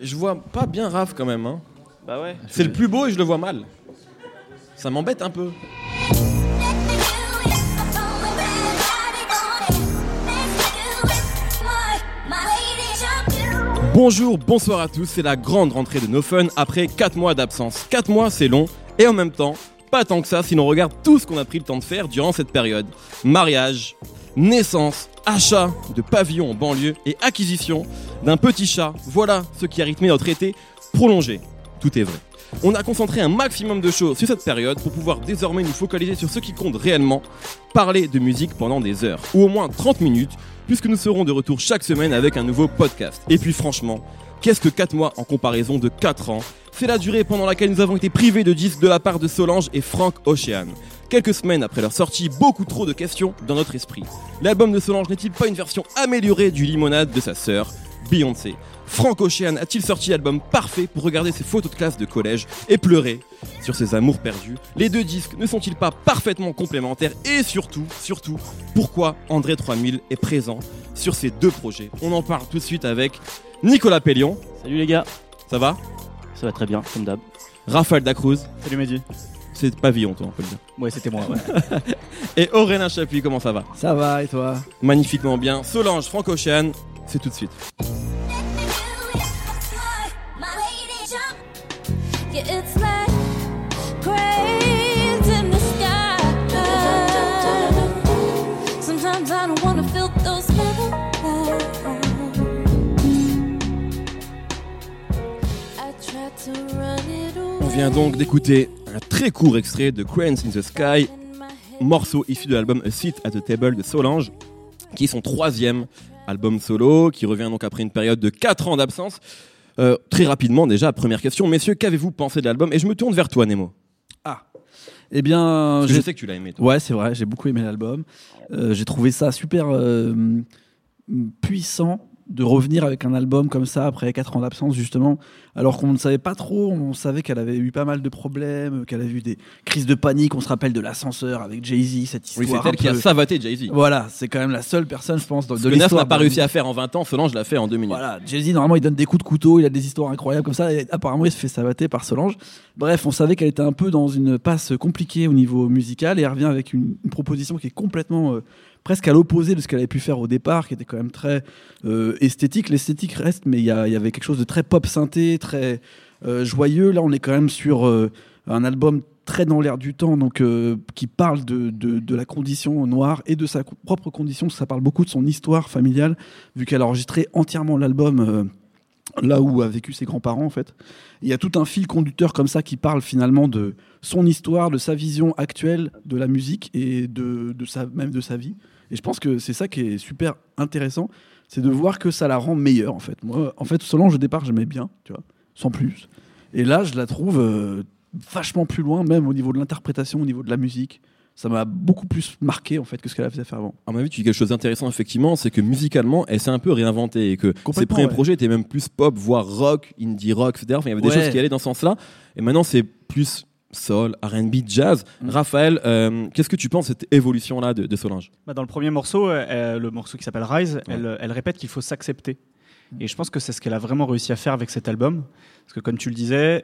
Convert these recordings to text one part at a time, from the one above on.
Je vois pas bien Raph quand même. Hein. Bah ouais. C'est le plus beau et je le vois mal. Ça m'embête un peu. Bonjour, bonsoir à tous, c'est la grande rentrée de No Fun après 4 mois d'absence. 4 mois c'est long et en même temps, pas tant que ça si l'on regarde tout ce qu'on a pris le temps de faire durant cette période. Mariage, naissance, achat de pavillons en banlieue et acquisition d'un petit chat. Voilà ce qui a rythmé notre été prolongé. Tout est vrai. On a concentré un maximum de choses sur cette période pour pouvoir désormais nous focaliser sur ce qui compte réellement, parler de musique pendant des heures, ou au moins 30 minutes, puisque nous serons de retour chaque semaine avec un nouveau podcast. Et puis franchement, qu'est-ce que 4 mois en comparaison de 4 ans ? C'est la durée pendant laquelle nous avons été privés de disques de la part de Solange et Frank Ocean. Quelques semaines après leur sortie, beaucoup trop de questions dans notre esprit. L'album de Solange n'est-il pas une version améliorée du Limonade de sa sœur, Beyoncé ? Frank Ocean a-t-il sorti l'album parfait pour regarder ses photos de classe de collège et pleurer sur ses amours perdus ? Les deux disques ne sont-ils pas parfaitement complémentaires ? Et surtout, pourquoi André 3000 est présent sur ces deux projets ? On en parle tout de suite avec Nicolas Pellion. Salut les gars. Ça va ? Ça va très bien, comme d'hab. Raphaël Dacruz. Salut Mehdi. C'est Pavillon, toi, on peut le dire. Ouais, c'était moi, ouais. Et Aurélien Chapuis, comment ça va ? Ça va, et toi ? Magnifiquement bien. Solange, Frank Ocean, c'est tout de suite. On vient donc d'écouter un très court extrait de Cranes in the Sky, morceau issu de l'album A Seat at the Table de Solange, qui est son 3e album solo, qui revient donc après une période de 4 ans d'absence. Très rapidement déjà, première question, messieurs, qu'avez-vous pensé de l'album ? Et je me tourne vers toi, Nemo. Eh bien, je sais que tu l'as aimé, toi. Ouais, c'est vrai, j'ai beaucoup aimé l'album. J'ai trouvé ça super puissant de revenir avec un album comme ça après 4 ans d'absence, justement, alors qu'on ne savait pas trop. On savait qu'elle avait eu pas mal de problèmes, qu'elle avait eu des crises de panique. On se rappelle de l'ascenseur avec Jay-Z, cette histoire. Oui, c'est elle qui a savaté Jay-Z. Voilà, c'est quand même la seule personne, je pense, de l'histoire. Ce que Nas n'a pas réussi à faire en 20 ans, Solange l'a fait en 2 minutes. Voilà, Jay-Z, normalement, il donne des coups de couteau, il a des histoires incroyables comme ça, et apparemment, il se fait savater par Solange. Bref, on savait qu'elle était un peu dans une passe compliquée au niveau musical, et elle revient avec une proposition qui est complètement... presque à l'opposé de ce qu'elle avait pu faire au départ, qui était quand même très esthétique. L'esthétique reste, mais il y avait quelque chose de très pop synthé, très joyeux. Là, on est quand même sur un album très dans l'air du temps, donc qui parle de la condition noire et de sa propre condition. Ça parle beaucoup de son histoire familiale, vu qu'elle a enregistré entièrement l'album là où a vécu ses grands-parents, en fait. Il y a tout un fil conducteur comme ça qui parle finalement de son histoire, de sa vision actuelle de la musique et même de sa vie. Et je pense que c'est ça qui est super intéressant, c'est de voir que ça la rend meilleure, en fait. Moi, en fait, Solange, au départ, j'aimais bien, tu vois, sans plus. Et là, je la trouve vachement plus loin, même au niveau de l'interprétation, au niveau de la musique. Ça m'a beaucoup plus marqué, en fait, que ce qu'elle a fait faire avant. À mon avis, tu dis quelque chose d'intéressant, effectivement, c'est que musicalement, elle s'est un peu réinventée et que ses premiers projets étaient même plus pop, voire rock, indie rock, etc. Enfin, il y avait des choses qui allaient dans ce sens-là. Et maintenant, c'est plus soul, R&B, jazz. Raphaël, qu'est-ce que tu penses de cette évolution-là de Solange ? Dans le premier morceau, le morceau qui s'appelle Rise, elle répète qu'il faut s'accepter. Et je pense que c'est ce qu'elle a vraiment réussi à faire avec cet album. Parce que comme tu le disais,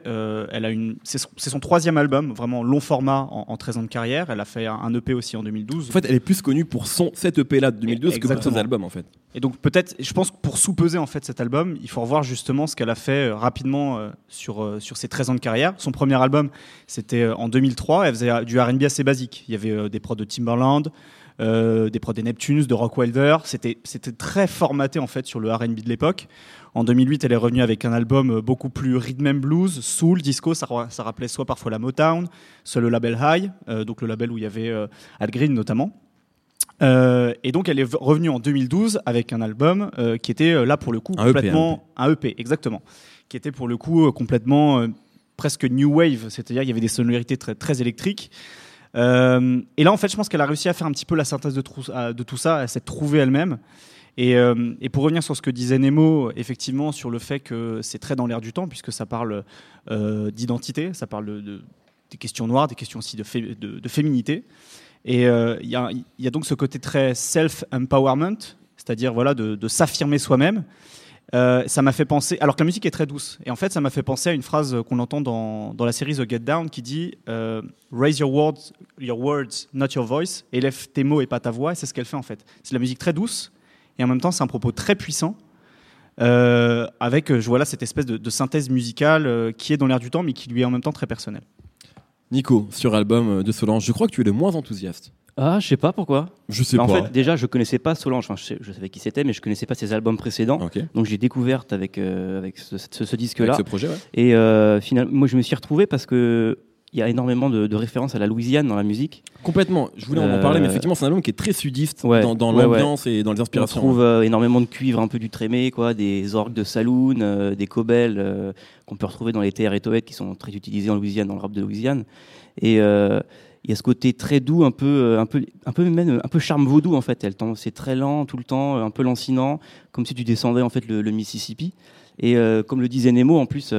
c'est son 3e album, vraiment long format en 13 ans de carrière. Elle a fait un EP aussi en 2012. En fait, elle est plus connue pour cet EP-là de 2012 que pour ses albums, en fait. Et donc peut-être, je pense que pour sous-peser en fait cet album, il faut revoir justement ce qu'elle a fait rapidement sur ses 13 ans de carrière. Son premier album, c'était en 2003. Elle faisait du R&B assez basique. Il y avait des prods de Timbaland, des prods des Neptunes, de Rock Wilder. C'était très formaté en fait sur le R&B de l'époque. En 2008, elle est revenue avec un album beaucoup plus rhythm and blues, soul, disco. Ça rappelait soit parfois la Motown, soit le label High, donc le label où il y avait Al Green notamment. Et donc elle est revenue en 2012 avec un album qui était là pour le coup complètement un EP, exactement, qui était pour le coup complètement presque new wave, c'est-à-dire il y avait des sonorités très très électriques. Et là en fait je pense qu'elle a réussi à faire un petit peu la synthèse de tout ça, elle s'est trouvée elle-même. Et pour revenir sur ce que disait Nemo, effectivement sur le fait que c'est très dans l'air du temps puisque ça parle d'identité, ça parle des questions noires, des questions aussi de féminité. Et il y a donc ce côté très self-empowerment, c'est-à-dire voilà, de s'affirmer soi-même. Ça m'a fait penser, alors que la musique est très douce, et en fait ça m'a fait penser à une phrase qu'on entend dans la série The Get Down qui dit raise your words, not your voice, élève tes mots et pas ta voix, et c'est ce qu'elle fait en fait. C'est de la musique très douce, et en même temps c'est un propos très puissant, avec voilà, cette espèce de synthèse musicale qui est dans l'air du temps mais qui lui est en même temps très personnelle. Nico, sur l'album de Solange, je crois que tu es le moins enthousiaste. Ah, je sais pas pourquoi. Je sais En pas. fait, déjà, je connaissais pas Solange. Enfin, je savais qui c'était, mais je connaissais pas ses albums précédents. Ok. Donc, j'ai découvert avec ce disque-là. Avec ce projet, ouais. Et finalement, moi, je me suis retrouvé parce que il y a énormément de références à la Louisiane dans la musique. Complètement. Je voulais en parler, mais effectivement, c'est un album qui est très sudiste dans ouais, l'ambiance et dans les On inspirations. trouve énormément de cuivre, un peu du trémé, quoi, des orgues de saloon, des cobelles qu'on peut retrouver dans les TR et toettes qui sont très utilisés en Louisiane, dans le rap de Louisiane. Et il y a ce côté très doux, un peu charme vaudou en fait. C'est très lent tout le temps, un peu lancinant, comme si tu descendais en fait le Mississippi. Et comme le disait Nemo, en plus,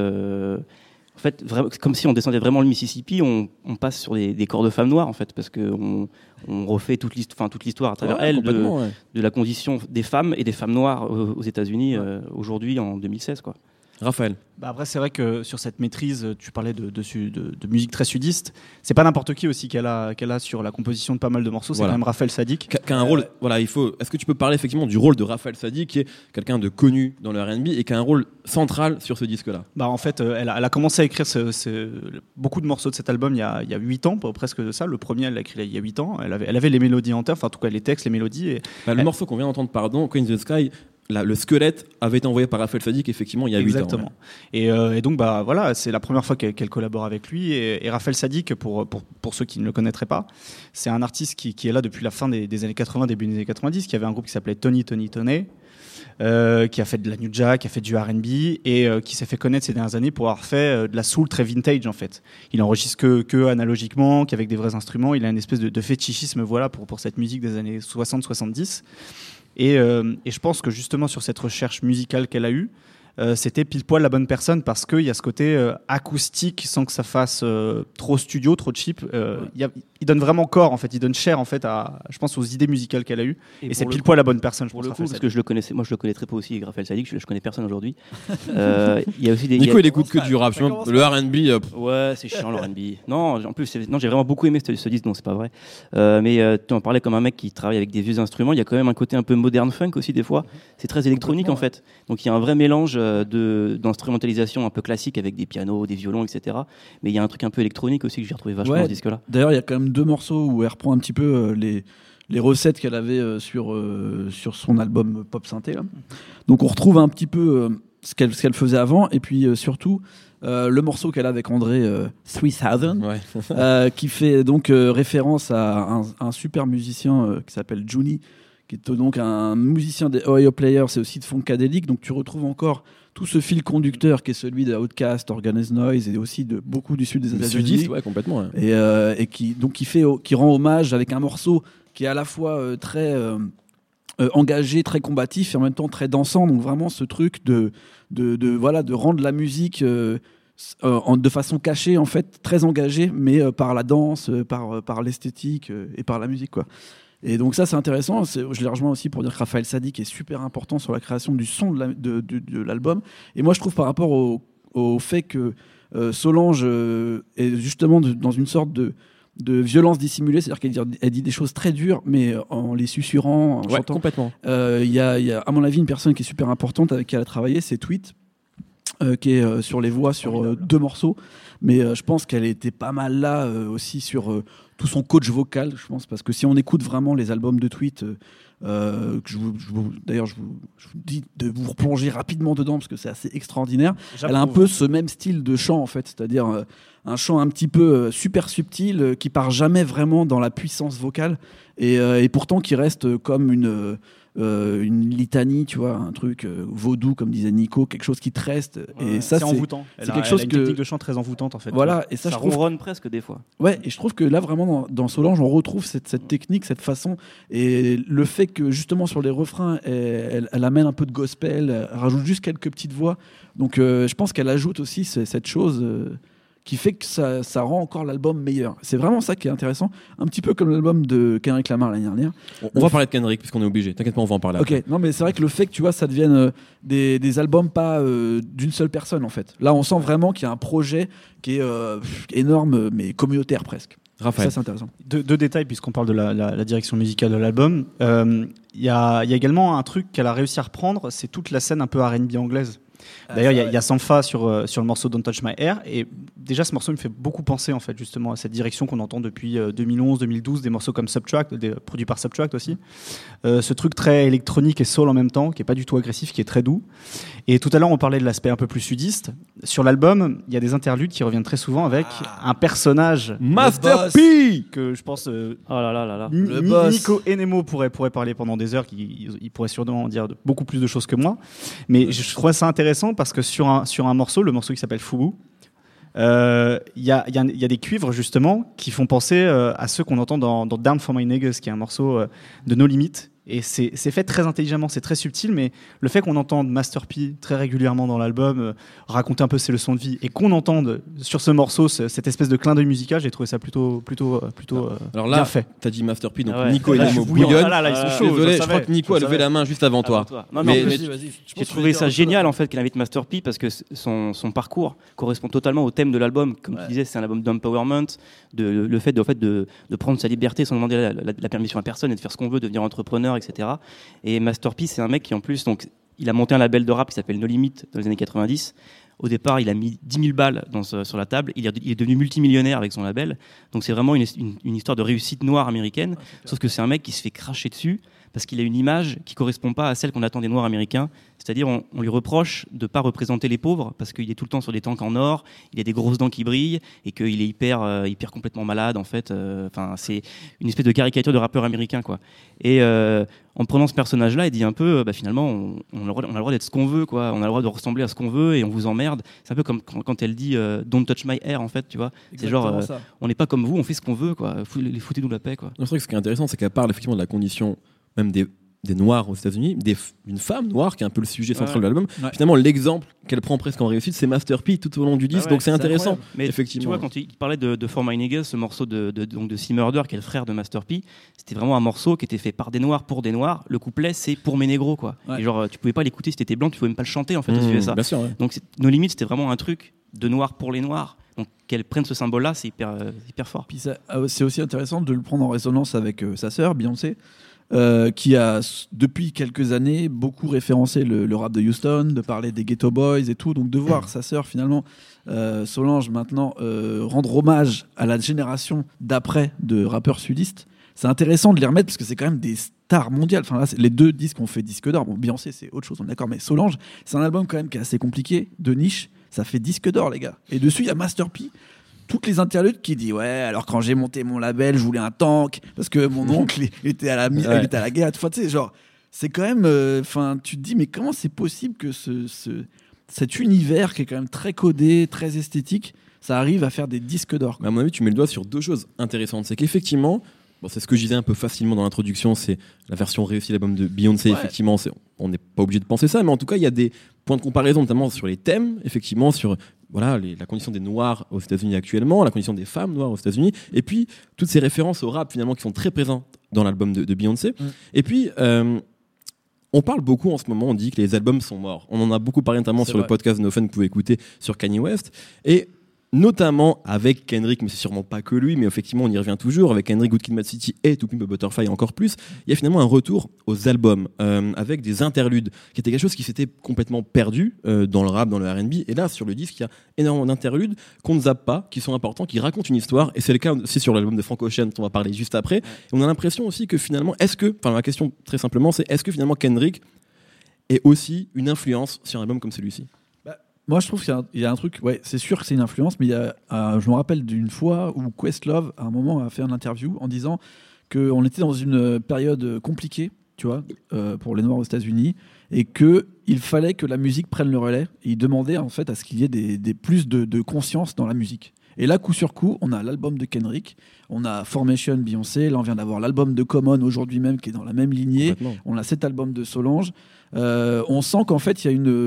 en fait, comme si on descendait vraiment le Mississippi, on passe sur des corps de femmes noires en fait, parce que on refait toute l'histoire à travers elle de la condition des femmes et des femmes noires aux États-Unis aujourd'hui en 2016 quoi. Raphaël. Après, c'est vrai que sur cette maîtrise, tu parlais de musique très sudiste. C'est pas n'importe qui aussi qu'elle a sur la composition de pas mal de morceaux. C'est quand même Raphaël Saadiq. Qui a un rôle. Voilà, Est-ce que tu peux parler effectivement du rôle de Raphaël Saadiq, qui est quelqu'un de connu dans le R&B et qui a un rôle central sur ce disque-là? En fait, elle a commencé à écrire beaucoup de morceaux de cet album il y a 8 ans, presque ça. Le premier, elle l'a écrit il y a 8 ans. Elle avait les mélodies en tête, enfin en tout cas les textes, les mélodies. Le morceau qu'on vient d'entendre, Queen in the Sky. Le squelette avait été envoyé par Raphaël Saadiq effectivement il y a 8 ans. Exactement. Et donc voilà, c'est la première fois qu'elle collabore avec lui. Et Raphaël Saadiq, pour ceux qui ne le connaîtraient pas, c'est un artiste qui est là depuis la fin des années 80, début des années 90, qui avait un groupe qui s'appelait Tony, qui a fait de la New Jack, qui a fait du R&B et qui s'est fait connaître ces dernières années pour avoir fait de la soul très vintage en fait. Il enregistre que analogiquement, qu'avec des vrais instruments. Il a une espèce de fétichisme pour cette musique des années 60-70. Et je pense que justement sur cette recherche musicale qu'elle a eue, c'était pile poil la bonne personne parce qu'il y a ce côté acoustique sans que ça fasse trop studio, trop cheap. Il donne vraiment corps en fait, il donne chair en fait je pense aux idées musicales qu'elle a eues. Et c'est pile poil la bonne personne. Pour le coup, parce que je le connaissais très pas aussi, Raphaël Saadiq, je connais personne aujourd'hui. Il y a aussi Nico, il écoute que du rap, le R&B. Ouais, c'est chiant le R&B. Non, en plus, j'ai vraiment beaucoup aimé ce disque, non, c'est pas vrai. Mais tu en parlais comme un mec qui travaille avec des vieux instruments. Il y a quand même un côté un peu moderne funk aussi des fois. C'est très électronique en fait. Donc il y a un vrai mélange d'instrumentalisation un peu classique avec des pianos, des violons, etc. Mais il y a un truc un peu électronique aussi que j'ai retrouvé vachement dans ce disque-là. D'ailleurs, il y a quand même 2 morceaux où elle reprend un petit peu les recettes qu'elle avait sur son album Pop Synthé. Là. Donc on retrouve un petit peu ce qu'elle faisait avant, et puis surtout le morceau qu'elle a avec André 3000, qui fait donc référence à un super musicien qui s'appelle Juni, qui est donc un musicien des Ohio Players, c'est aussi de Funkadelic. Donc tu retrouves encore tout ce fil conducteur qui est celui de Outkast, Organized Noise et aussi de beaucoup du sud des États-Unis. Ouais, complètement. Ouais. Et qui rend hommage avec un morceau qui est à la fois très engagé, très combatif et en même temps très dansant. Donc vraiment ce truc de rendre la musique de façon cachée en fait, très engagée, mais par la danse, par l'esthétique et par la musique quoi. Et donc ça c'est intéressant, je les rejoins aussi pour dire que Raphaël Saadiq est super important sur la création du son de l'album. Et moi je trouve par rapport au fait que Solange est justement dans une sorte de violence dissimulée, c'est-à-dire qu'elle dit des choses très dures mais en les susurrant, en chantant. Complètement. Il y a à mon avis une personne qui est super importante avec qui elle a travaillé, c'est Tweet, qui est sur les voix sur 2 morceaux, mais je pense qu'elle était pas mal là aussi sur tout son coach vocal, je pense, parce que si on écoute vraiment les albums de Tweet, je vous dis de vous replonger rapidement dedans parce que c'est assez extraordinaire. Elle a un peu ce même style de chant en fait, c'est-à-dire un chant un petit peu super subtil qui part jamais vraiment dans la puissance vocale et pourtant qui reste comme une litanie, tu vois, un truc vaudou comme disait Nico, quelque chose qui te reste. Et ça c'est envoûtant. C'est quelque chose une technique de chant très envoûtante en fait. Voilà, et ça je trouve ronronne presque des fois. Ouais, et je trouve que là vraiment dans Solange on retrouve cette technique, cette façon, et le fait que justement sur les refrains elle amène un peu de gospel, elle rajoute juste quelques petites voix. Donc je pense qu'elle ajoute aussi cette chose qui fait que ça rend encore l'album meilleur. C'est vraiment ça qui est intéressant, un petit peu comme l'album de Kendrick Lamar l'année dernière. On va parler de Kendrick puisqu'on est obligé. T'inquiète pas, on va en parler. Ok, après. non mais c'est vrai que le fait que tu vois ça devienne des albums pas d'une seule personne en fait. Là on sent vraiment qu'il y a un projet qui est énorme mais communautaire presque. Raphaël. Ça c'est intéressant. Deux détails puisqu'on parle de la direction musicale de l'album. Il y a également un truc qu'elle a réussi à reprendre, c'est toute la scène un peu R&B anglaise. D'ailleurs, il y a Sampha sur le morceau Don't Touch My Hair, et déjà ce morceau me fait beaucoup penser en fait justement à cette direction qu'on entend depuis 2011-2012, des morceaux comme Subtract, produits par Subtract aussi. Ce truc très électronique et soul en même temps, qui est pas du tout agressif, qui est très doux. Et tout à l'heure, on parlait de l'aspect un peu plus sudiste. Sur l'album, il y a des interludes qui reviennent très souvent avec un personnage, Master P, que je pense Oh là là là là. Nico et Nemo pourraient parler pendant des heures, ils pourraient sûrement dire beaucoup plus de choses que moi. Mais je trouve ça intéressant parce que sur un morceau, le morceau qui s'appelle Fubu, il y a des cuivres justement qui font penser à ceux qu'on entend dans Down for My Niggas, qui est un morceau de No Limit. Et c'est fait très intelligemment, c'est très subtil, mais le fait qu'on entende Master P très régulièrement dans l'album raconter un peu ses leçons de vie, et qu'on entende sur ce morceau cette espèce de clin d'œil musical, j'ai trouvé ça plutôt Alors là, bien fait. t'as dit Master P, donc Ah ouais. Nico et Là, Nemo je suis bouillant. bouillonnent. Ah là, ils sont chauds, Désolé, je je crois savais, que Nico a je levé savais. la main juste avant toi. Non, Mais j'ai trouvé ça génial en fait qu'elle invite Master P parce que son parcours correspond totalement au thème de l'album. Comme tu disais, c'est un album d'empowerment, le fait de prendre sa liberté sans demander la permission à personne et de faire ce qu'on veut, devenir entrepreneur, etc. Et Master P, c'est un mec qui en plus, donc, il a monté un label de rap qui s'appelle No Limit dans les années 90. Au départ, il a mis 10 000 balles sur la table. Il est devenu multimillionnaire avec son label. Donc c'est vraiment une histoire de réussite noire américaine. Sauf que c'est un mec qui se fait cracher dessus parce qu'il a une image qui correspond pas à celle qu'on attend des Noirs américains. C'est-à-dire, on lui reproche de pas représenter les pauvres parce qu'il est tout le temps sur des tanks en or, il a des grosses dents qui brillent et qu'il est hyper complètement malade en fait. Enfin, c'est une espèce de caricature de rappeur américain quoi. Et en prenant ce personnage-là, il dit un peu, finalement, on a le droit d'être ce qu'on veut quoi. On a le droit de ressembler à ce qu'on veut et on vous emmerde. C'est un peu comme quand elle dit Don't touch my hair en fait, tu vois. C'est genre, on n'est pas comme vous, on fait ce qu'on veut quoi. Foutez-nous la paix quoi. C'est vrai que ce qui est intéressant, c'est qu'elle parle effectivement de la condition même des Noirs aux États-Unis, d'une femme noire qui est un peu le sujet central de l'album. Ouais. Finalement, l'exemple qu'elle prend presque en réussite, c'est Master P tout au long du disque, donc c'est intéressant. Mais effectivement. Tu vois, quand il parlait de For My Niggas, ce morceau de C Murder, qui est le frère de Master P, c'était vraiment un morceau qui était fait par des Noirs pour des Noirs. Le couplet, c'est pour mes négros, quoi. Ouais. Et genre, tu pouvais pas l'écouter si t'étais blanc, tu pouvais même pas le chanter, en fait, si tu fais ça. Bien sûr, ouais. Donc, No Limit, c'était vraiment un truc de Noirs pour les Noirs. Donc, qu'elle prenne ce symbole-là, c'est hyper fort. Puis c'est aussi intéressant de le prendre en résonance avec sa sœur, Beyoncé. Qui a depuis quelques années beaucoup référencé le rap de Houston, de parler des Ghetto Boys et tout, donc de voir sa sœur finalement Solange maintenant rendre hommage à la génération d'après de rappeurs sudistes, c'est intéressant de les remettre parce que c'est quand même des stars mondiales. Enfin là, les deux disques ont fait disque d'or. Bon, Beyoncé c'est autre chose, on est d'accord, mais Solange c'est un album quand même qui est assez compliqué, de niche, ça fait disque d'or les gars. Et dessus il y a Master P. Toutes les interludes qui dit ouais, alors quand j'ai monté mon label je voulais un tank parce que mon oncle était à la guerre, tu sais, genre c'est quand même tu te dis mais comment c'est possible que cet univers qui est quand même très codé, très esthétique, ça arrive à faire des disques d'or quoi. À mon avis tu mets le doigt sur deux choses intéressantes, c'est qu'effectivement c'est ce que je disais un peu facilement dans l'introduction, c'est la version réussie de l'album de Beyoncé. Ouais. Effectivement, on n'est pas obligé de penser ça, mais en tout cas, il y a des points de comparaison, notamment sur les thèmes, effectivement, sur la condition des Noirs aux États-Unis actuellement, la condition des femmes noires aux États-Unis, et puis toutes ces références au rap finalement qui sont très présentes dans l'album de Beyoncé. Et puis, on parle beaucoup en ce moment, on dit que les albums sont morts. On en a beaucoup parlé notamment sur le podcast No Fun que vous pouvez écouter sur Kanye West, et notamment avec Kendrick, mais c'est sûrement pas que lui, mais effectivement on y revient toujours, avec Kendrick, Good Kid, Mad City et To Pimp a Butterfly encore plus, il y a finalement un retour aux albums, avec des interludes, qui était quelque chose qui s'était complètement perdu dans le rap, dans le R&B, et là sur le disque il y a énormément d'interludes qu'on ne zappe pas, qui sont importants, qui racontent une histoire, et c'est le cas aussi sur l'album de Frank Ocean dont on va parler juste après, et on a l'impression aussi que finalement, ma question très simplement c'est, est-ce que finalement Kendrick est aussi une influence sur un album comme celui-ci ? Moi, je trouve qu'il y a un truc, ouais, c'est sûr que c'est une influence, mais je me rappelle d'une fois où Questlove, à un moment, a fait une interview en disant qu'on était dans une période compliquée, tu vois, pour les Noirs aux États-Unis, et qu'il fallait que la musique prenne le relais. Et il demandait, en fait, à ce qu'il y ait des plus de conscience dans la musique. Et là, coup sur coup, on a l'album de Kendrick, on a Formation Beyoncé, là on vient d'avoir l'album de Common aujourd'hui même qui est dans la même lignée, on a cet album de Solange. On sent qu'en fait il y a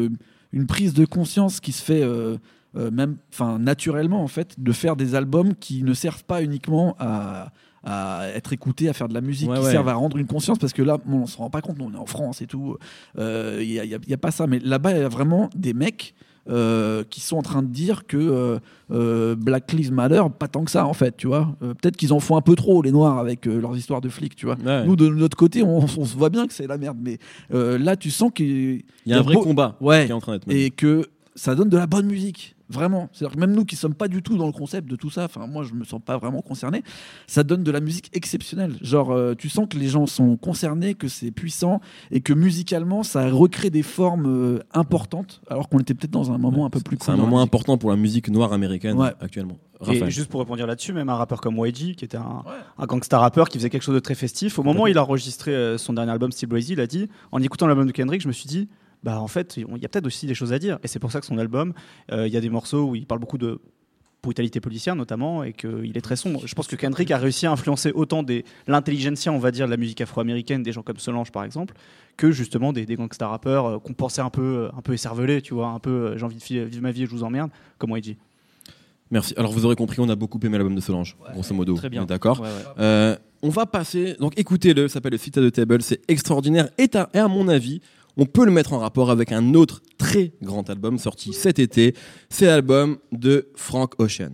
une prise de conscience qui se fait même, naturellement en fait, de faire des albums qui ne servent pas uniquement à être écoutés, à faire de la musique, qui servent à rendre une conscience, parce que là, on se rend pas compte, on est en France et tout, il y a pas ça, mais là-bas, il y a vraiment des mecs qui sont en train de dire que Black Lives Matter, pas tant que ça en fait, tu vois. Peut-être qu'ils en font un peu trop, les Noirs, avec leurs histoires de flics, tu vois. Ouais. Nous, de notre côté, on se voit bien que c'est la merde, mais là, tu sens qu'il y a un vrai combat qui est en train d'être mené. Et que ça donne de la bonne musique. Vraiment, c'est-à-dire que même nous qui sommes pas du tout dans le concept de tout ça, enfin moi je me sens pas vraiment concerné, ça donne de la musique exceptionnelle. Genre tu sens que les gens sont concernés, que c'est puissant et que musicalement ça recrée des formes importantes, alors qu'on était peut-être dans un moment un peu plus cool. C'est un moment important pour la musique noire américaine actuellement. Et juste pour répondre là-dessus, même un rappeur comme YG, qui était un gangsta rappeur qui faisait quelque chose de très festif, au moment où il a enregistré son dernier album Still Crazy, il a dit, en écoutant l'album de Kendrick, je me suis dit, bah en fait, il y a peut-être aussi des choses à dire. Et c'est pour ça que son album, il y a des morceaux où il parle beaucoup de brutalité policière notamment, et qu'il est très sombre. Je pense que Kendrick a réussi à influencer autant l'intelligentsia, on va dire, de la musique afro-américaine, des gens comme Solange par exemple, que justement des gangsta rappeurs qu'on pensait un peu écervelés, tu vois, un peu j'ai envie de vivre ma vie et je vous emmerde, comme YG. Merci. Alors vous aurez compris, on a beaucoup aimé l'album de Solange, grosso modo. Très bien. D'accord. On va passer, donc écoutez-le, ça s'appelle le Sit at the Table, c'est extraordinaire, et à mon avis, on peut le mettre en rapport avec un autre très grand album sorti cet été. C'est l'album de Frank Ocean.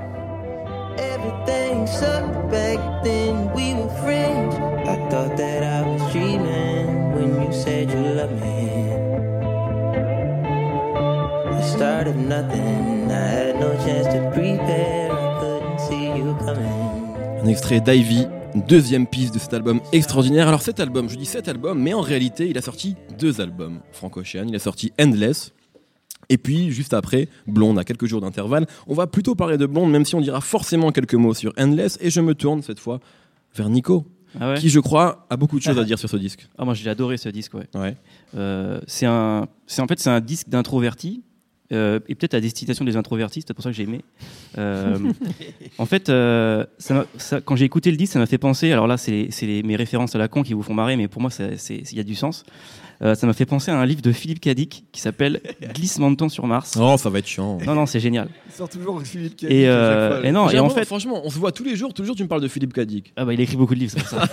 Un extrait d'Ivy. Deuxième piste de cet album extraordinaire. Alors cet album, je dis cet album, mais en réalité, il a sorti 2 albums, Frank Ocean. Il a sorti Endless, et puis juste après, Blonde, à quelques jours d'intervalle. On va plutôt parler de Blonde, même si on dira forcément quelques mots sur Endless, et je me tourne cette fois vers Nico, qui, je crois, a beaucoup de choses à dire sur ce disque. Ah, moi, j'ai adoré ce disque, c'est un disque d'introverti. Et peut-être à destination des introvertis, c'est pour ça que j'ai aimé. En fait, quand j'ai écouté le disque, ça m'a fait penser. Alors là, c'est mes références à la con qui vous font marrer, mais pour moi, il y a du sens. Ça m'a fait penser à un livre de Philippe Cadic qui s'appelle Glissement de temps sur Mars. Oh, ça va être chiant. Non, c'est génial. Il sort toujours Philippe Cadic. Et en fait, franchement, on se voit tous les jours. Tu me parles de Philippe Cadic. Ah bah, il écrit beaucoup de livres, c'est pour ça.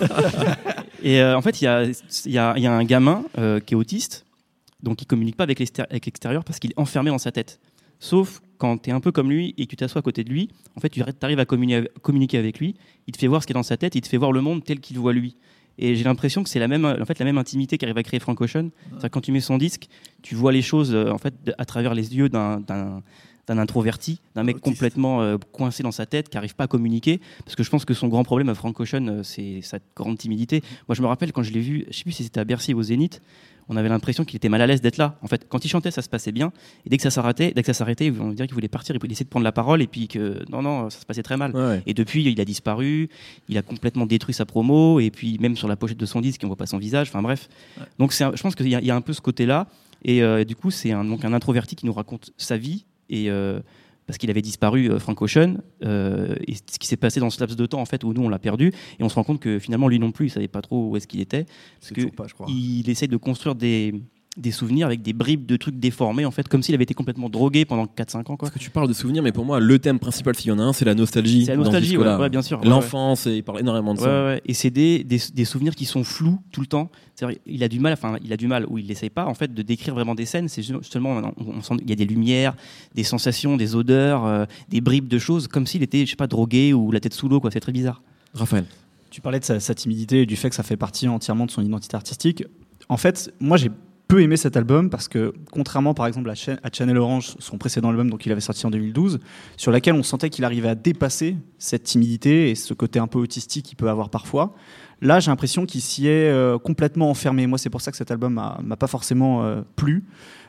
Et en fait, il y a un gamin qui est autiste. Donc il communique pas avec l'extérieur parce qu'il est enfermé dans sa tête. Sauf quand tu es un peu comme lui et que tu t'assois à côté de lui, en fait tu arrives à communiquer avec lui, il te fait voir ce qui est dans sa tête, il te fait voir le monde tel qu'il voit lui. Et j'ai l'impression que c'est la même intimité qu'arrive à créer Frank Ocean. C'est-à-dire quand tu mets son disque, tu vois les choses en fait à travers les yeux d'un introverti, d'un mec complètement coincé dans sa tête, qui n'arrive pas à communiquer, parce que je pense que son grand problème à Frank Ocean, c'est sa grande timidité. Moi je me rappelle quand je l'ai vu, je sais plus si c'était à Bercy ou au Zénith, on avait l'impression qu'il était mal à l'aise d'être là. En fait, quand il chantait, ça se passait bien, et dès que ça s'arrêtait, on dirait qu'il voulait partir, il voulait essayer de prendre la parole, et puis que non, ça se passait très mal. Ouais. Et depuis, il a disparu, il a complètement détruit sa promo, et puis même sur la pochette de son disque, on voit pas son visage. Enfin bref. Ouais. Donc je pense qu'il y a un peu ce côté-là, et du coup, c'est un introverti qui nous raconte sa vie, et parce qu'il avait disparu, Frank Ocean, et ce qui s'est passé dans ce laps de temps en fait où nous on l'a perdu, et on se rend compte que finalement lui non plus il savait pas trop où est-ce qu'il était, parce que il essaie de construire des souvenirs avec des bribes de trucs déformés en fait, comme s'il avait été complètement drogué pendant 4-5 ans quoi. Parce que tu parles de souvenirs, mais pour moi le thème principal, s'il y en a un, c'est la nostalgie. C'est la nostalgie, ouais, bien sûr. L'enfance, et il parle énormément de ça. Ouais. Et c'est des souvenirs qui sont flous tout le temps. C'est-à-dire, il a du mal, ou il n'essaye pas en fait de décrire vraiment des scènes. C'est seulement, on sent, il y a des lumières, des sensations, des odeurs, des bribes de choses, comme s'il était, je sais pas, drogué ou la tête sous l'eau quoi. C'est très bizarre. Raphaël, tu parlais de sa timidité et du fait que ça fait partie entièrement de son identité artistique. En fait, moi j'ai peu aimé cet album parce que contrairement par exemple à Channel Orange, son précédent album donc il avait sorti en 2012, sur laquelle on sentait qu'il arrivait à dépasser cette timidité et ce côté un peu autistique qu'il peut avoir parfois, là j'ai l'impression qu'il s'y est complètement enfermé. Moi c'est pour ça que cet album m'a pas forcément plu.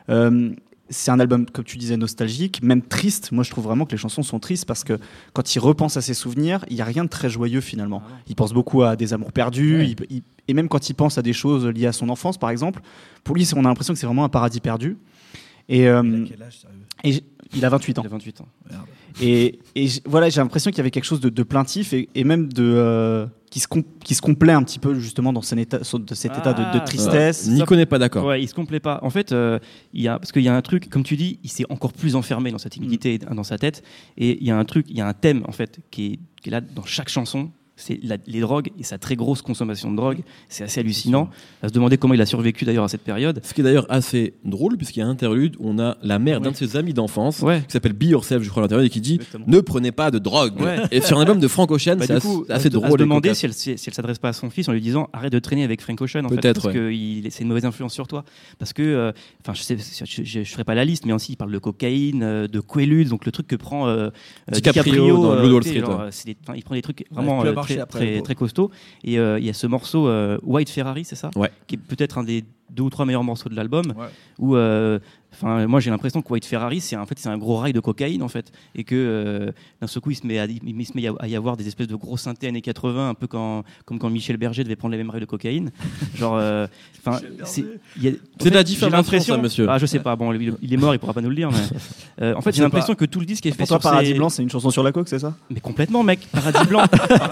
C'est un album, comme tu disais, nostalgique, même triste. Moi, je trouve vraiment que les chansons sont tristes parce que quand il repense à ses souvenirs, il n'y a rien de très joyeux finalement. Il pense beaucoup à des amours perdus, et même quand il pense à des choses liées à son enfance, par exemple, pour lui, on a l'impression que c'est vraiment un paradis perdu. Et il a quel âge, sérieux ? Il a 28 ans. Il a 28 ans. Voilà, j'ai l'impression qu'il y avait quelque chose de plaintif et même qui se complaît un petit peu justement dans cet état de tristesse. N'y connais pas, d'accord. Ouais, il se complaît pas. En fait, parce qu'il y a un truc, comme tu dis, il s'est encore plus enfermé dans sa timidité, dans sa tête. Et il y a un thème en fait qui est là dans chaque chanson. C'est les drogues et sa très grosse consommation de drogue. C'est assez hallucinant. À se demander comment il a survécu d'ailleurs à cette période. Ce qui est d'ailleurs assez drôle, puisqu'il y a un interlude où on a la mère d'un de ses amis d'enfance, qui s'appelle Be Yourself, je crois, à l'intérieur, et qui dit ne prenez pas de drogue. Ouais. Et sur un album de Frank Ocean, c'est assez drôle. À se demander si elle s'adresse pas à son fils en lui disant arrête de traîner avec Frank Ocean, en fait, parce que c'est une mauvaise influence sur toi. Parce que, je ferai pas la liste, mais aussi il parle de cocaïne, de Quaaludes, donc le truc que prend DiCaprio dans Blue Wall Street. Il prend des trucs vraiment très costaud. Et il y a ce morceau White Ferrari, c'est ça, qui est peut-être un des 2 ou 3 meilleurs morceaux de l'album, où moi j'ai l'impression que White Ferrari c'est un gros rail de cocaïne en fait, et que d'un seul coup il se met à y avoir des espèces de gros synthés années 80, un peu comme quand Michel Berger devait prendre les mêmes rails de cocaïne, genre c'est de la diffamation, ça, monsieur. Je sais pas, bon il est mort, il pourra pas nous le dire, mais en fait j'ai l'impression que tout le disque est fait sur Paradis Blanc, c'est une chanson sur la coke, c'est ça? Mais complètement, mec. Paradis Blanc.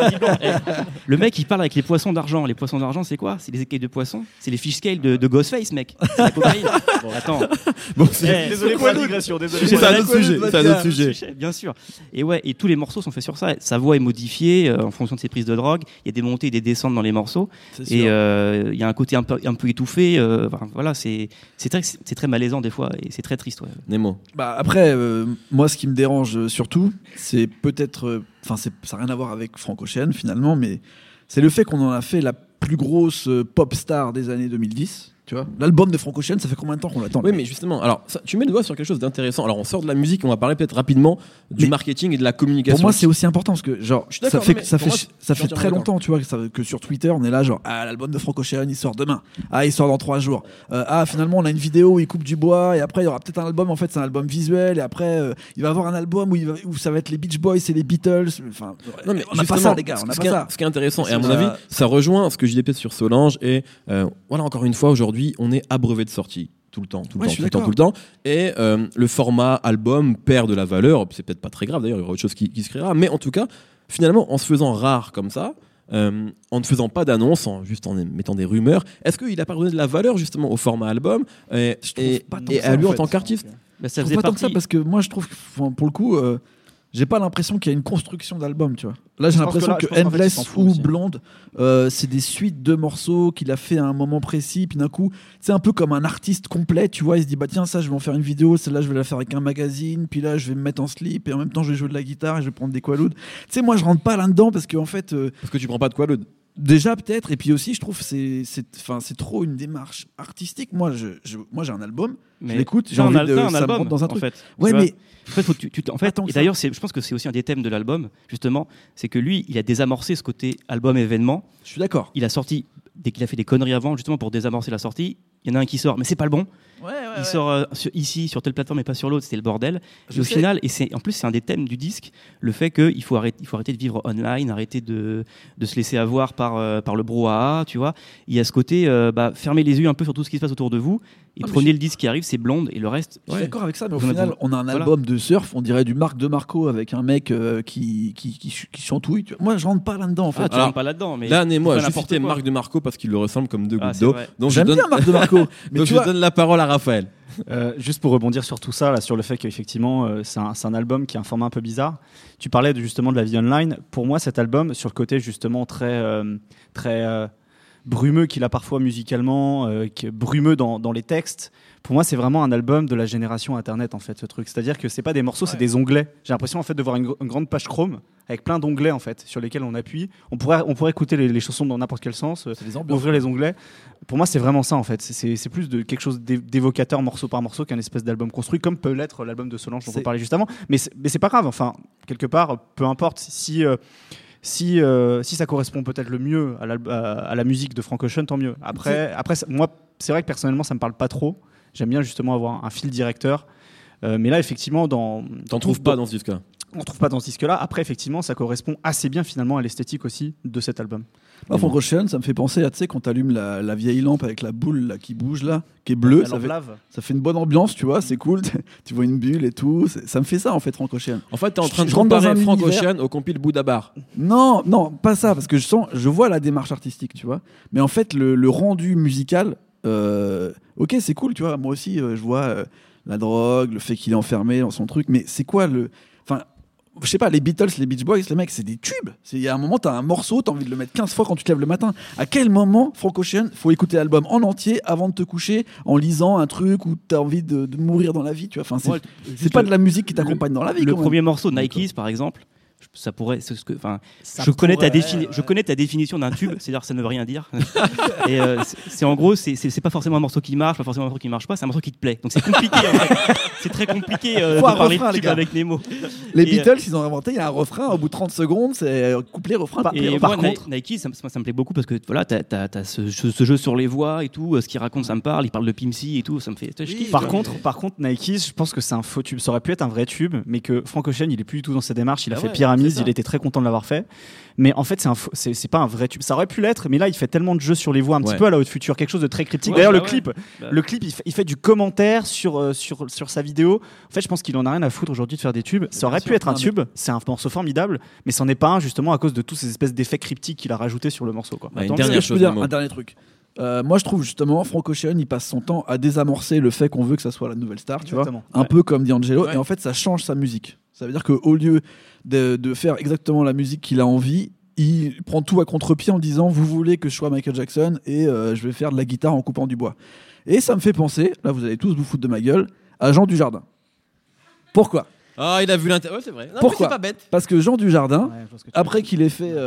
Le mec il parle avec les poissons d'argent. Les poissons d'argent c'est quoi? C'est les écailles de poissons, c'est les fish scales de Ghostface, mec. C'est la cocaïne. Bon, attends. Bon, désolé pour la digression. C'est un autre sujet. Bien sûr. Et tous les morceaux sont faits sur ça. Sa voix est modifiée en fonction de ses prises de drogue. Il y a des montées et des descentes dans les morceaux. Et il y a un côté un peu étouffé. Voilà, c'est très malaisant des fois et c'est très triste. Ouais. Nemo. Après, moi, ce qui me dérange surtout, c'est peut-être, ça n'a rien à voir avec Frank Ocean finalement, mais c'est le fait qu'on en a fait la plus grosse pop star des années 2010. Tu vois, l'album de Frank Ocean, ça fait combien de temps qu'on l'attend? Oui, mais justement, alors tu mets le doigt sur quelque chose d'intéressant. Alors on sort de la musique, on va parler peut-être rapidement du marketing et de la communication. Pour moi, c'est aussi important parce que genre ça fait très longtemps, tu vois, que sur Twitter, on est là genre l'album de Frank Ocean, il sort demain. Il sort dans 3 jours. Finalement, on a une vidéo où il coupe du bois et après il y aura peut-être un album. En fait, c'est un album visuel et après il va avoir un album où ça va être les Beach Boys et les Beatles. Enfin, non, mais on n'a pas ça, les gars. On n'a pas ça. Ce qui est intéressant et à mon avis, ça rejoint ce que je disais peut-être sur Solange et voilà, encore une fois aujourd'hui. On est abreuvé de sorties tout le temps. Et le format album perd de la valeur. C'est peut-être pas très grave d'ailleurs, il y aura autre chose qui se créera. Mais en tout cas, finalement, en se faisant rare comme ça, en ne faisant pas d'annonce, juste en mettant des rumeurs, est-ce qu'il a pas donné de la valeur justement au format album et à lui en tant qu'artiste? Ça faisait pas tant que ça parce que moi je trouve que pour le coup, j'ai pas l'impression qu'il y a une construction d'album, tu vois. Là, j'ai l'impression que Endless ou Blonde, c'est des suites de morceaux qu'il a fait à un moment précis, puis d'un coup, c'est un peu comme un artiste complet, tu vois. Il se dit, bah tiens, ça, je vais en faire une vidéo, celle-là, je vais la faire avec un magazine, puis là, je vais me mettre en slip, et en même temps, je vais jouer de la guitare, et je vais prendre des Quaaludes. Tu sais, moi, je rentre pas là-dedans parce qu'en fait. Parce que tu prends pas de Quaaludes. Déjà peut-être, et puis aussi je trouve que c'est trop une démarche artistique. Moi j'ai un album, je l'écoute, j'ai envie de ça me rentre dans un truc. En fait, ouais, mais en fait, et d'ailleurs je pense que c'est aussi un des thèmes de l'album justement, c'est que lui il a désamorcé ce côté album événement. Je suis d'accord. Il a sorti dès qu'il a fait des conneries avant justement pour désamorcer la sortie. Il y en a un qui sort, mais c'est pas le bon. Il sort sur telle plateforme et pas sur l'autre, c'était le bordel. Et au final, en plus c'est un des thèmes du disque, le fait qu'il faut arrêter de vivre online, arrêter de se laisser avoir par le brouhaha, tu vois. Il y a ce côté, fermez les yeux un peu sur tout ce qui se passe autour de vous et prenez le disque qui arrive, c'est Blonde et le reste. Je suis d'accord avec ça, mais au final, on a un album de surf, on dirait du Marc DeMarco avec un mec qui chantouille. Tu vois. Moi, je rentre pas là-dedans en fait. Tu rentres pas là-dedans, mais là, moi, je cité Marc DeMarco parce qu'il le ressemble comme 2 gouttes d'eau. Donc j'aime bien Marc DeMarco. Mais donc je donne la parole à Raphaël. Juste pour rebondir sur tout ça, là, sur le fait qu'effectivement c'est un album qui a un format un peu bizarre. Tu parlais justement de la vie online. Pour moi, cet album, sur le côté justement très brumeux qu'il a parfois musicalement, brumeux dans les textes, pour moi c'est vraiment un album de la génération internet en fait, ce truc. C'est-à-dire que c'est pas des morceaux, c'est des onglets. J'ai l'impression en fait de voir une grande page Chrome avec plein d'onglets en fait sur lesquels on appuie. On pourrait écouter les chansons dans n'importe quel sens, ouvrir les onglets. Pour moi c'est vraiment ça en fait. C'est plus de quelque chose d'évocateur morceau par morceau qu'un espèce d'album construit comme peut l'être l'album de Solange dont on parlait juste avant. Mais c'est pas grave. Enfin quelque part, peu importe si ça correspond peut-être le mieux à la musique de Frank Ocean, tant mieux. Après, moi, c'est vrai que personnellement, ça me parle pas trop. J'aime bien justement avoir un fil directeur. Mais là, effectivement, t'en trouves pas dans ce disque-là? on retrouve pas dans ce disque-là. Après, effectivement, ça correspond assez bien finalement à l'esthétique aussi de cet album. Moi, Frank Ocean, ça me fait penser à, tu sais, quand t'allumes la vieille lampe avec la boule là, qui bouge là, qui est bleue, ça fait une bonne ambiance, tu vois, c'est cool. Tu vois une bulle et tout. Ça me fait ça en fait, Frank Ocean. En fait, t'es en train de Je rentre dans comparer un Frank univers. Ocean au compil Bouddha Bar. Non, pas ça, parce que je vois la démarche artistique, tu vois. Mais en fait, le rendu musical, ok, c'est cool, tu vois. Moi aussi, je vois la drogue, le fait qu'il est enfermé dans son truc, mais c'est quoi le. Enfin, je sais pas, les Beatles, les Beach Boys, les mecs, c'est des tubes. Il y a un moment, t'as un morceau, t'as envie de le mettre 15 fois quand tu te lèves le matin. À quel moment, Frank Ocean, faut écouter l'album en entier avant de te coucher en lisant un truc où t'as envie de mourir dans la vie, tu vois. Enfin, c'est pas de la musique qui t'accompagne dans la vie. Le quand même. premier morceau, Nikes, par exemple, ça pourrait. Je connais ta définition d'un tube, c'est-à-dire que ça ne veut rien dire. Et c'est en gros, c'est pas forcément un morceau qui marche, pas forcément un morceau qui marche pas, c'est un morceau qui te plaît. Donc c'est compliqué en fait. C'est très compliqué de parler de tube avec les mots. Les Beatles, ils ont inventé, il y a un refrain, au bout de 30 secondes, c'est couplet, refrain, couplet. Et Par moi, contre, Nike, ça me plaît beaucoup parce que voilà, t'as ce jeu sur les voix et tout, ce qu'il raconte, ça me parle. Il parle de Pimp C et tout, ça me fait. Je kiffe, Par contre, Nike, je pense que c'est un faux tube. Ça aurait pu être un vrai tube, mais que Frank Ocean, il est plus du tout dans sa démarche. Il a fait Pyramide, il était très content de l'avoir fait. Mais en fait, c'est pas un vrai tube. Ça aurait pu l'être, mais là, il fait tellement de jeux sur les voix, un petit peu à la Haute Future, quelque chose de très critique. D'ailleurs, le clip, il fait du commentaire sur sa vidéo. En fait, je pense qu'il en a rien à foutre aujourd'hui de faire des tubes. Ça aurait pu être un tube. C'est un morceau formidable, mais c'en est pas un justement à cause de tous ces espèces d'effets cryptiques qu'il a rajoutés sur le morceau. Quoi. Une dernière chose, un dernier truc. Moi, je trouve justement, Frank Ocean, il passe son temps à désamorcer le fait qu'on veut que ça soit la nouvelle star, tu vois, un peu comme D'Angelo, et en fait, ça change sa musique. Ça veut dire qu'au lieu de faire exactement la musique qu'il a envie, il prend tout à contre-pied en disant vous voulez que je sois Michael Jackson et je vais faire de la guitare en coupant du bois. Et ça me fait penser, là vous allez tous vous foutre de ma gueule, à Jean Dujardin. Pourquoi ? Ah, il a vu l'intérêt. Ouais, c'est vrai. Non, Pourquoi ? c'est pas bête. Parce que Jean Dujardin, après qu'il ait fait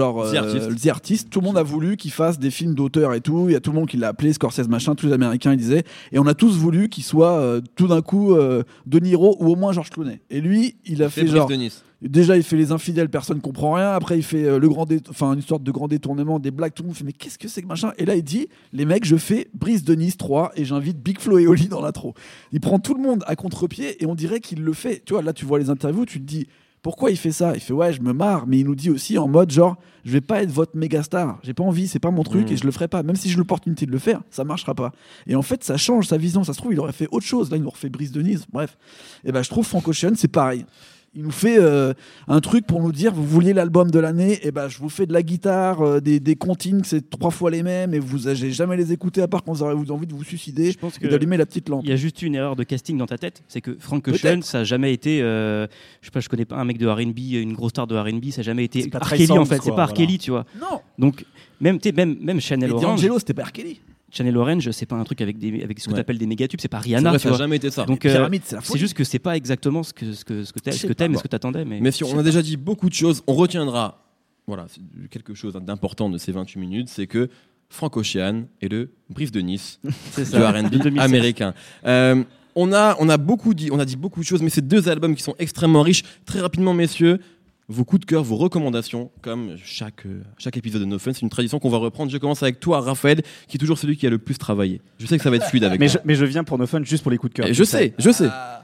The Artist, tout le monde a voulu qu'il fasse des films d'auteur et tout. Il y a tout le monde qui l'a appelé, Scorsese machin, tous les Américains ils disaient. Et on a tous voulu qu'il soit tout d'un coup De Niro ou au moins George Clooney. Et lui, il a fait genre. Déjà, il fait Les Infidèles, personne ne comprend rien. Après, il fait une sorte de grand détournement, des blagues. Tout le monde fait mais qu'est-ce que c'est que machin ? Et là, il dit les mecs, je fais Brise de Nice 3 et j'invite Big Flo et Oli dans l'intro. Il prend tout le monde à contre-pied et on dirait qu'il le fait. Tu vois, là, tu vois les interviews, tu te dis pourquoi il fait ça ? Il fait ouais, je me marre, mais il nous dit aussi en mode genre je vais pas être votre méga star. J'ai pas envie, c'est pas mon truc et je le ferai pas. Même si j'ai l'opportunité de le faire, ça marchera pas. Et en fait, ça change sa vision. Ça se trouve, il aurait fait autre chose. Là, il nous refait Brise de Nice. Bref. Et ben, je trouve Frank Ocean, c'est pareil. Il nous fait un truc pour nous dire vous vouliez l'album de l'année, et ben je vous fais de la guitare, des comptines, c'est 3 fois les mêmes et vous n'allez jamais les écouter à part quand vous aurez envie de vous suicider et d'allumer la petite lampe. Il y a juste une erreur de casting dans ta tête, c'est que Frank Ocean, ça n'a jamais été, je connais pas un mec de R&B, une grosse star de R&B, ça n'a jamais été R. Kelly en fait, c'est pas R. Kelly, tu vois. Non. Donc même Chanel Orange. D'Angelo, c'était pas R. Kelly. Chanel Orange, c'est pas un truc avec ce que tu appelles des mégatubes, c'est pas Rihanna. Ça n'a jamais été ça. Donc, Pyramide, c'est la folie. C'est juste que c'est pas exactement ce que t'aimes et ce que t'attendais. Mais si on a déjà dit beaucoup de choses, on retiendra quelque chose d'important de ces 28 minutes, c'est que Frank Ocean est le Brise de Nice du R&B américain. On a dit beaucoup de choses, mais c'est 2 albums qui sont extrêmement riches. Très rapidement, messieurs, vos coups de cœur, vos recommandations, comme chaque épisode de No Fun, c'est une tradition qu'on va reprendre. Je commence avec toi, Raphaël, qui est toujours celui qui a le plus travaillé. Je sais que ça va être fluide avec toi. Mais je viens pour No Fun juste pour les coups de cœur. Je sais. Je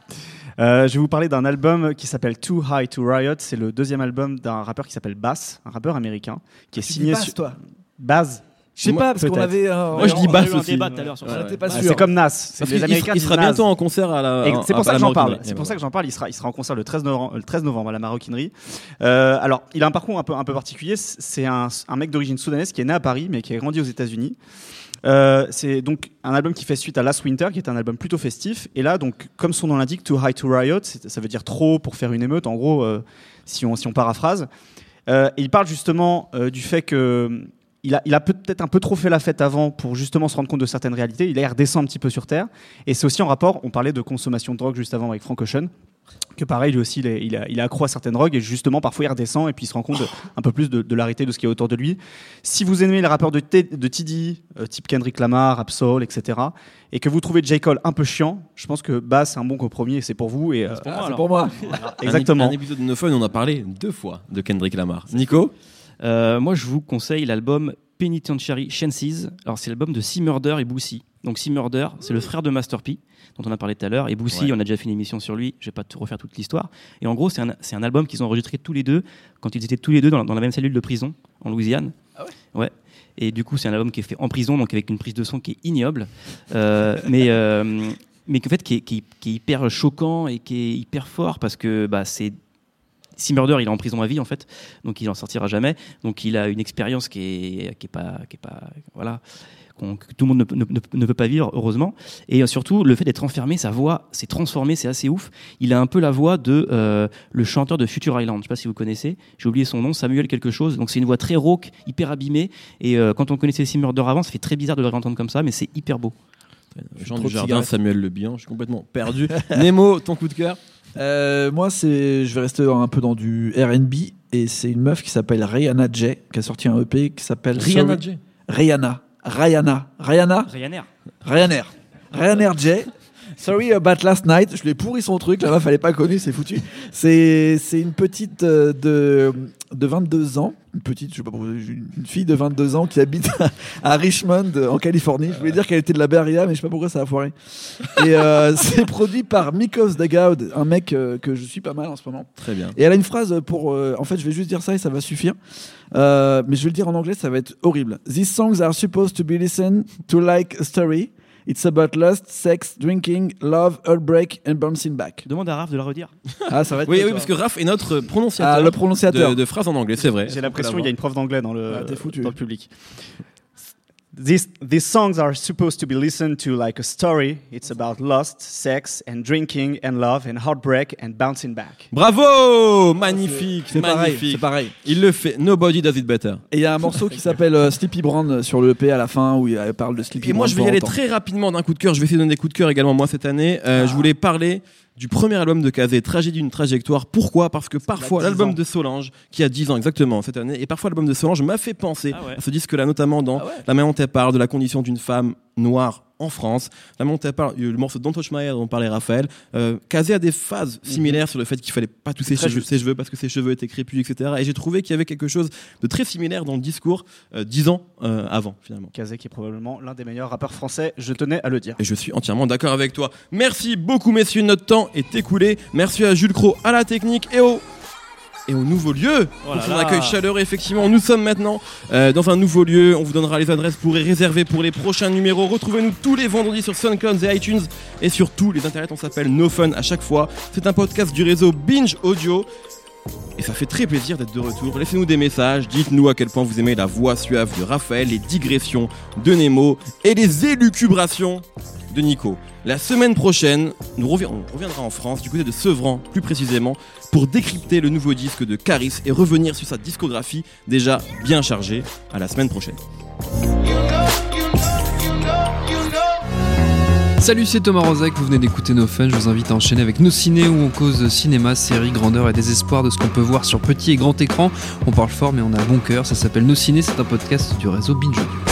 vais vous parler d'un album qui s'appelle Too High to Riot. C'est le 2e album d'un rappeur qui s'appelle Bass, un rappeur américain qui est signé sur toi. Baz. Je sais pas, parce qu'on avait. Moi, je dis Bass aussi. C'est comme Nas. Les Américains il sera bientôt en concert à la. C'est pour ça que j'en parle. C'est pour ça que j'en parle. Il sera en concert le 13 novembre à la Maroquinerie. Alors, il a un parcours un peu particulier. C'est un mec d'origine soudanaise qui est né à Paris, mais qui a grandi aux États-Unis. C'est donc un album qui fait suite à Last Winter, qui est un album plutôt festif. Et là, donc, comme son nom l'indique, Too High to Riot, ça veut dire trop pour faire une émeute. En gros, si on paraphrase. Et il parle justement du fait que. Il a peut-être un peu trop fait la fête avant pour justement se rendre compte de certaines réalités. Il redescend un petit peu sur Terre. Et c'est aussi en rapport, on parlait de consommation de drogue juste avant avec Frank Ocean, que pareil, lui aussi, il est accro à certaines drogues. Et justement, parfois, il redescend et puis il se rend compte un peu plus de la réalité de ce qui est autour de lui. Si vous aimez les rappeurs de TD, type Kendrick Lamar, Absol, etc., et que vous trouvez J. Cole un peu chiant, je pense que Bass, c'est un bon compromis et c'est pour vous. Et, c'est pour moi. Voilà, exactement. Un épisode de No Fun, on a parlé 2 fois de Kendrick Lamar. Nico ? Moi, je vous conseille l'album Penitentiary Chances. Alors, c'est l'album de C Murder et Boosie. Donc C Murder, c'est le frère de Master P, dont on a parlé tout à l'heure. Et Boosie, Ouais. on a déjà fait une émission sur lui. Je vais pas te refaire toute l'histoire. Et en gros, c'est un album qu'ils ont enregistré tous les deux quand ils étaient tous les deux dans la même cellule de prison en Louisiane. Ah ouais. Ouais. Et du coup, c'est un album qui est fait en prison, donc avec une prise de son qui est ignoble, mais qu'en fait qui est hyper choquant et qui est hyper fort parce que c'est C Murder, il est en prison à vie en fait, donc il en sortira jamais. Donc il a une expérience qui est pas voilà, que tout le monde ne peut pas vivre, heureusement. Et surtout, le fait d'être enfermé, sa voix s'est transformée, c'est assez ouf. Il a un peu la voix de le chanteur de Future Island. Je sais pas si vous connaissez. J'ai oublié son nom, Samuel quelque chose. Donc c'est une voix très rauque, hyper abîmée. Et quand on connaissait C Murder avant, ça fait très bizarre de le réentendre comme ça, mais c'est hyper beau. Jean Trop du de Jardin, cigarettes. Samuel Le Bihan, je suis complètement perdu. Nemo, ton coup de cœur? Moi, je vais rester un peu dans du R&B et c'est une meuf qui s'appelle Rihanna J qui a sorti un EP qui s'appelle Rihanna Sorry- J. Ryanair J. Sorry About Last Night. Je lui ai pourri son truc. La meuf, elle est pas connue, c'est foutu. C'est une petite de 22 ans. Une petite, je sais pas pourquoi, une fille de 22 ans qui habite à Richmond, en Californie. Je voulais dire qu'elle était de la Bay Area, mais je sais pas pourquoi ça a foiré. Et c'est produit par Mikos Dagaud, un mec que je suis pas mal en ce moment. Très bien. Et elle a une phrase pour. En fait, je vais juste dire ça et ça va suffire. Mais je vais le dire en anglais, ça va être horrible. These songs are supposed to be listened to like a story. It's about lust, sex, drinking, love, heartbreak and bouncing back. Demande à Raph de la redire. Ah, ça va être. Oui, parce que Raph est notre prononciateur, Ah, le prononciateur. de phrases en anglais, c'est vrai. J'ai l'impression qu'il y a une prof d'anglais dans le t'es foutu. public. These songs are supposed to be listened to like a story. It's about lust, sex, and drinking, and love, and heartbreak, and bouncing back. Bravo, magnifique, C'est pareil, magnifique. c'est pareil. Il le fait. Nobody does it better. Et il y a un morceau qui s'appelle Sleepy Brand sur le EP à la fin où il parle de Sleepy Et Brand. moi, je vais y aller très rapidement d'un coup de cœur. Je vais essayer de donner des coups de cœur également moi cette année. Je voulais parler du premier album de Kazé, Tragédie d'une trajectoire. Pourquoi ? Parce que parfois, 10 l'album ans. de Solange, qui a 10 ans exactement cette année, et parfois l'album de Solange m'a fait penser Ah ouais. à ce disque-là, notamment dans la manière dont elle parle de la condition d'une femme noire en France. La manière dont elle parle, le morceau Don't Touch My Hair dont parlait Raphaël. Kazé a des phases similaires sur le fait qu'il fallait pas toucher ses cheveux parce que ses cheveux étaient crépus, etc. Et j'ai trouvé qu'il y avait quelque chose de très similaire dans le discours 10 ans avant, finalement. Kazé qui est probablement l'un des meilleurs rappeurs français, je tenais à le dire. Et je suis entièrement d'accord avec toi. Merci beaucoup, messieurs, notre temps est écoulé. Merci à Jules Cros, à la technique et au nouveau lieu pour son accueil chaleureux. Effectivement, nous sommes maintenant dans un nouveau lieu. On vous donnera les adresses pour y réserver pour les prochains numéros. Retrouvez-nous tous les vendredis sur SoundCloud et iTunes et sur tous les internets. On s'appelle No Fun à chaque fois. C'est un podcast du réseau Binge Audio. Et ça fait très plaisir d'être de retour. Laissez-nous des messages, dites-nous à quel point vous aimez la voix suave de Raphaël, les digressions de Nemo et les élucubrations de Nico. La semaine prochaine, on reviendra en France, du côté de Sevran plus précisément, pour décrypter le nouveau disque de Caris et revenir sur sa discographie déjà bien chargée. À la semaine prochaine. Salut, c'est Thomas Rozek, vous venez d'écouter No Fun, je vous invite à enchaîner avec Nos Ciné où on cause cinéma, séries, grandeur et désespoir de ce qu'on peut voir sur petit et grand écran. On parle fort mais on a bon cœur, ça s'appelle Nos Ciné, c'est un podcast du réseau Binge Audio.